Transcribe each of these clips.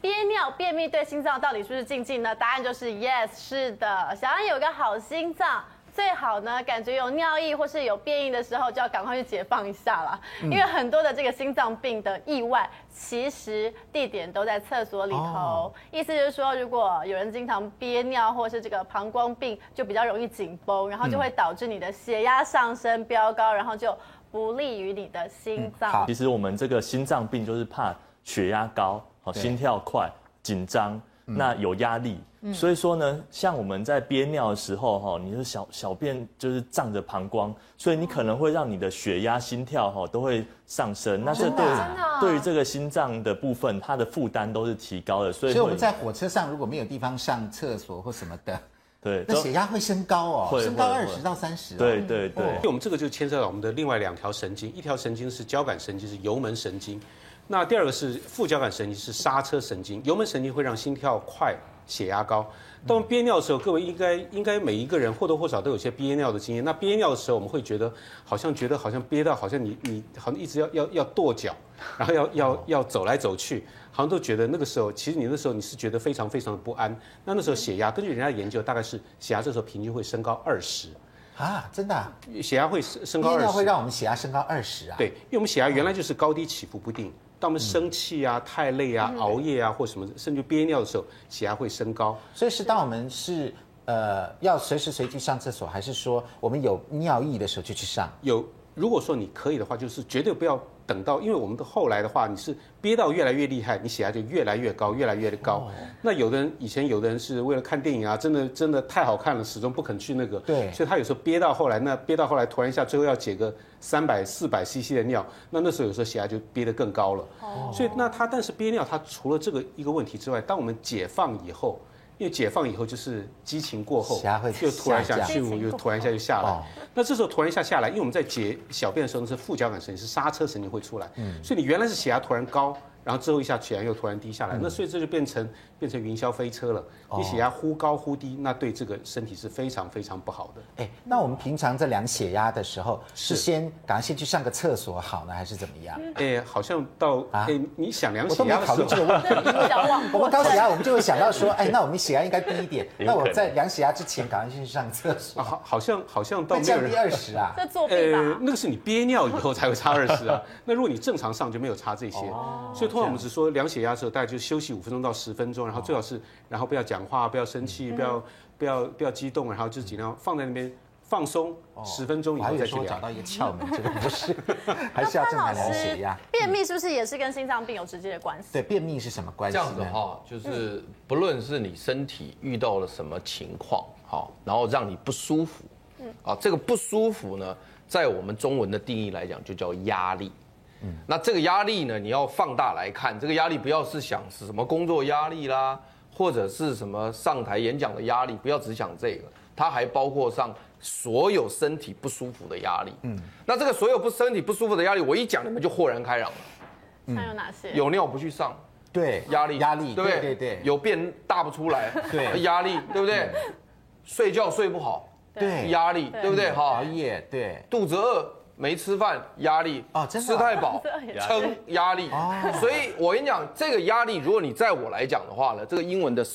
憋尿、便秘对心脏到底是不是禁忌呢？答案就是 yes， 是的。想要有个好心脏，最好呢，感觉有尿意或是有便意的时候，就要赶快去解放一下啦。因为很多的这个心脏病的意外，其实地点都在厕所里头。意思就是说，如果有人经常憋尿，或是这个膀胱病，就比较容易紧绷，然后就会导致你的血压上升飙高，然后就不利于你的心脏。 其实我们这个心脏病就是怕血压高，心跳快、紧张，那有压力。所以说呢，像我们在憋尿的时候，你的小便就是仗着膀胱，所以你可能会让你的血压、心跳都会上升。那这对于这个心脏的部分，它的负担都是提高的。所以我们在火车上如果没有地方上厕所或什么的， 对， 那血压会升高升高20到30。 对。因为我们这个就牵涉到我们的另外2条神经，一条神经是交感神经，是油门神经。那第二个是副交感神经，是刹车神经。油门神经会让心跳快、血压高。当憋尿的时候，各位应该每一个人或多或少都有些憋尿的经验。那憋尿的时候，我们会觉得好像憋到好像你好像一直要跺脚，然后要走来走去，好像都觉得那个时候，其实你那时候你是觉得非常非常的不安。那时候血压，根据人家的研究，大概是血压这时候平均会升高20。 啊，真的、 血压会升高20， 憋尿会让我们血压升高20啊？ 对，因为我们血压原来就是高低起伏不定，当我们生气啊、太累啊、熬夜啊或什么，甚至憋尿的时候，血压会升高。 所以是当我们是要随时随地上厕所，还是说我们有尿意的时候就去上？ 如果说你可以的话，就是绝对不要等到，因为我们的后来的话，你是憋到越来越厉害，你血压就越来越高，越来越高。那以前有的人是为了看电影啊，真的太好看了，始终不肯去那个。 对。 所以他有时候憋到后来，突然一下，最后要解个300、400 cc 的尿，那时候有时候血压就憋得更高了。所以但是憋尿它除了这个一个问题之外，当我们解放以后。因为解放以后就是激情过后，就突然一下去，又突然一下就下来。那这时候突然一下下来，因为我们在解小便的时候是副交感神经，是刹车神经会出来，所以你原来是血压突然高，然后之后一下血压又突然低下来，那所以这就变成云霄飞车了。你血压忽高忽低，那对这个身体是非常非常不好的。 那我们平常在量血压的时候，是赶快先去上个厕所好呢，还是怎么样？ 好像你想量血压的时候， 我都没考虑这个问题。我们高血压，我们就会想到说，那我们血压应该低一点。那我在量血压之前，赶快先去上厕所。 好像到降低20啊？ 这作弊吧？ 那个是你憋尿以后才会差20啊。那如果你正常上就没有差这些。所以通常我们只说量血压的时候，大概就休息5分钟到10分钟，然后最好是不要讲话，不要生气，不要激动，然后就尽量放在那边放松10分钟以后再去量。 找到一个窍门，这个不是，还是要正常量血压。 便秘是不是也是跟心脏病有直接的关系？ 对，便秘是什么关系？ 这样子就是不论是你身体遇到了什么情况，然后让你不舒服，这个不舒服呢，在我们中文的定义来讲，就叫压力。那这个压力呢，你要放大来看，这个压力不要是想是什么工作压力啦，或者是什么上台演讲的压力，不要只想这个，它还包括上所有身体不舒服的压力。那这个所有身体不舒服的压力，我一讲你们就豁然开朗了。 像有哪些？ 有尿不去上， 对， 压力， 对不对？ 有便大不出来， 对， 压力，对不对？睡觉睡不好， 对， 压力，对不对？ 熬夜，对， 肚子饿。没吃饭，压力吃太饱，撑压力。所以我跟你讲，这个压力，如果你在我来讲的话呢，这个英文的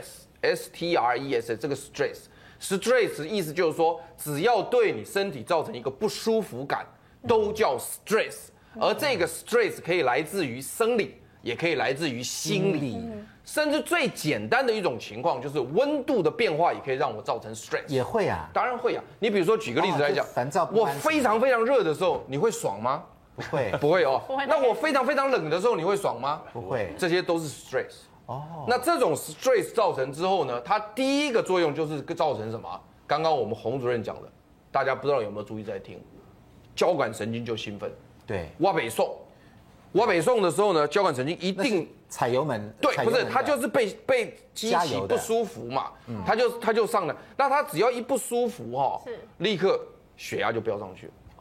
stress，S-T-R-E-S， 这个 stress 意思就是说，只要对你身体造成一个不舒服感，都叫 stress。而这个 stress 可以来自于生理，也可以来自于心理。甚至最简单的一种情况就是温度的变化也可以让我造成 stress， 也会啊， 当然会啊。你比如说举个例子来讲， 烦躁， 我非常非常热的时候，你会爽吗？ 不会， 不会哦。那我非常非常冷的时候，你会爽吗？ 不会， 这些都是 stress。那这种 stress 造成之后呢，它第一个作用就是造成什么？刚刚我们洪主任讲的，大家不知道有没有注意在听？交感神经就兴奋， 对， 挖北宋的时候呢，交感神经一定踩油门， 对，不是，它就是被激起不舒服嘛，它就上来，那它只要一不舒服立刻血压就飙上去了。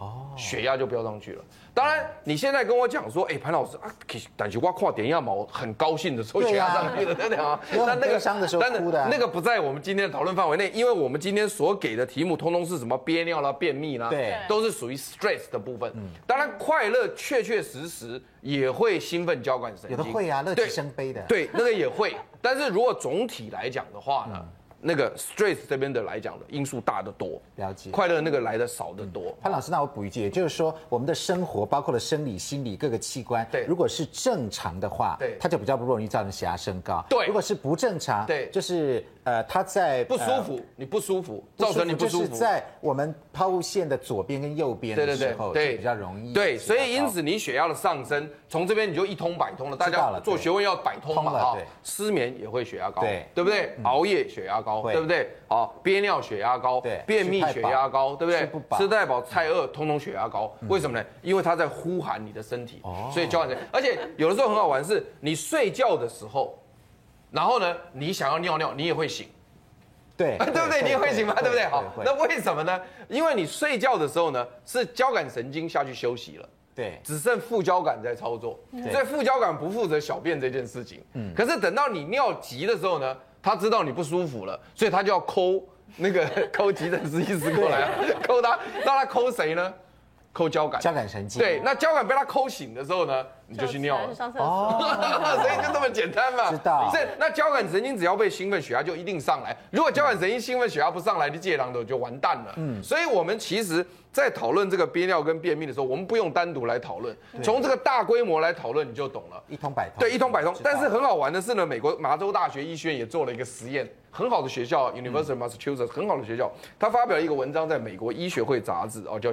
血压就飙上去了。当然，你现在跟我讲说，潘老师啊，但是我跨点压毛很高兴的时候血压上去了，对不对啊？ 那那个伤的时候哭的， 那个不在我们今天的讨论范围内，因为我们今天所给的题目通通是什么憋尿啦、便秘啦， 对， 都是属于 stress 的部分。当然，快乐确实也会兴奋交感神经， 有的会啊，乐极生悲的， 对，那个也会。但是如果总体来讲的话呢？那个 stress 这边的来讲的因素大得多， 了解。 快乐那个来的少得多。 潘老师，那我补一句，也就是说，我们的生活包括了生理、心理各个器官， 对， 如果是正常的话， 对， 它就比较不容易造成血压升高。 对， 如果是不正常， 对， 就是它在不舒服，你不舒服，造成你不舒服， 就是在我们抛物线的左边跟右边的时候，对，比较容易。 对，所以因此你血压的上升，从这边你就一通百通了。大家做学问要百通嘛，哈，失眠也会血压高，对不对？熬夜血压高，对不对？好，憋尿血压高，对，便秘血压高，对不对？吃太饱、太饿，通通血压高。为什么呢？因为它在呼喊你的身体，所以交感神经。而且有的时候很好玩，是你睡觉的时候，然后呢，你想要尿尿，你也会醒， 对， 对不对？你也会醒嘛，对不对？好，那为什么呢？因为你睡觉的时候呢，是交感神经下去休息了。 对， 只剩副交感在操作，所以副交感不负责小便这件事情。可是等到你尿急的时候呢，他知道你不舒服了，所以他就要抠急诊室医师过来，抠他，让他抠谁呢？抠交感神经。 对，那交感被他抠醒的时候呢，你就去尿了。所以就这么简单嘛。 知道。 所以那交感神经只要被兴奋，血压就一定上来。如果交感神经兴奋，血压不上来，你戒狼的就完蛋了。所以我们其实在讨论这个憋尿跟便秘的时候，我们不用单独来讨论，从这个大规模来讨论，你就懂了。 一通百通。 对，一通百通。但是很好玩的是呢，美国麻州大学医学院也做了一个实验，很好的学校 ，University of Massachusetts， 很好的学校，他发表了一个文章在美国医学会杂志叫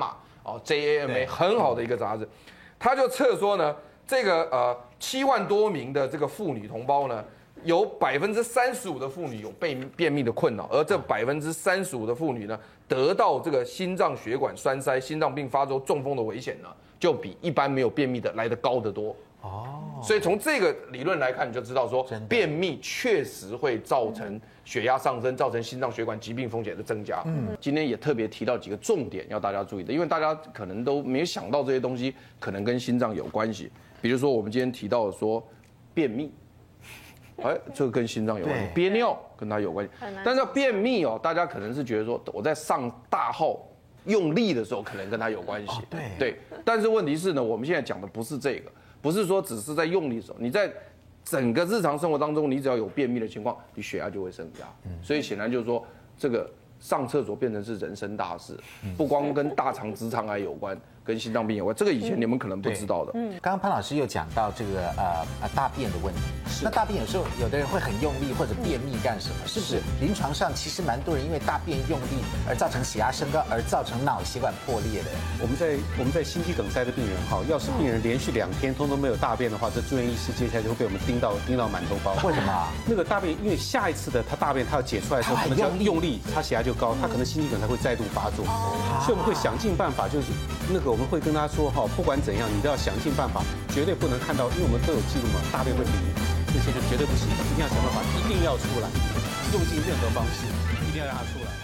JAMA。JAMA 很好的一个杂志，他就测说呢，这个7万多名的这个妇女同胞呢，有35%的妇女有便秘的困扰，而这35%的妇女呢，得到这个心脏血管栓塞、心脏病发作、中风的危险呢，就比一般没有便秘的来得高得多。所以从这个理论来看，你就知道说，便秘确实会造成血压上升，造成心脏血管疾病风险的增加。今天也特别提到几个重点要大家注意的，因为大家可能都没有想到这些东西可能跟心脏有关系。比如说我们今天提到的说便秘，这个跟心脏有关系，憋尿跟它有关系。但是便秘大家可能是觉得说我在上大号用力的时候可能跟它有关系。对。但是问题是呢，我们现在讲的不是这个。不是说只是在用力的时候，你在整个日常生活当中，你只要有便秘的情况，你血压就会升压。所以显然就是说，这个上厕所变成是人生大事，不光跟大肠直肠癌有关，跟心脏病有关。这个以前你们可能不知道的。 刚刚潘老师又讲到这个大便的问题。那大便有时候有的人会很用力或者便秘干什么？是不是？临床上其实蛮多人因为大便用力而造成血压升高，而造成脑血管破裂的。 我们在心肌梗塞的病人要是病人连续2天通没有大便的话，这住院医师接下来就会被我们盯到满头包。 为什么？ 那个大便，因为下一次的他大便他要解出来的时候，可能要用力，他血压就高，他可能心肌梗塞会再度发作。所以我们会想尽办法，就是我们会跟他说不管怎样，你都要想尽办法，绝对不能看到，因为我们都有记录嘛，大便会淋，这些就绝对不行，一定要想办法，一定要出来，用尽任何方式，一定要让它出来。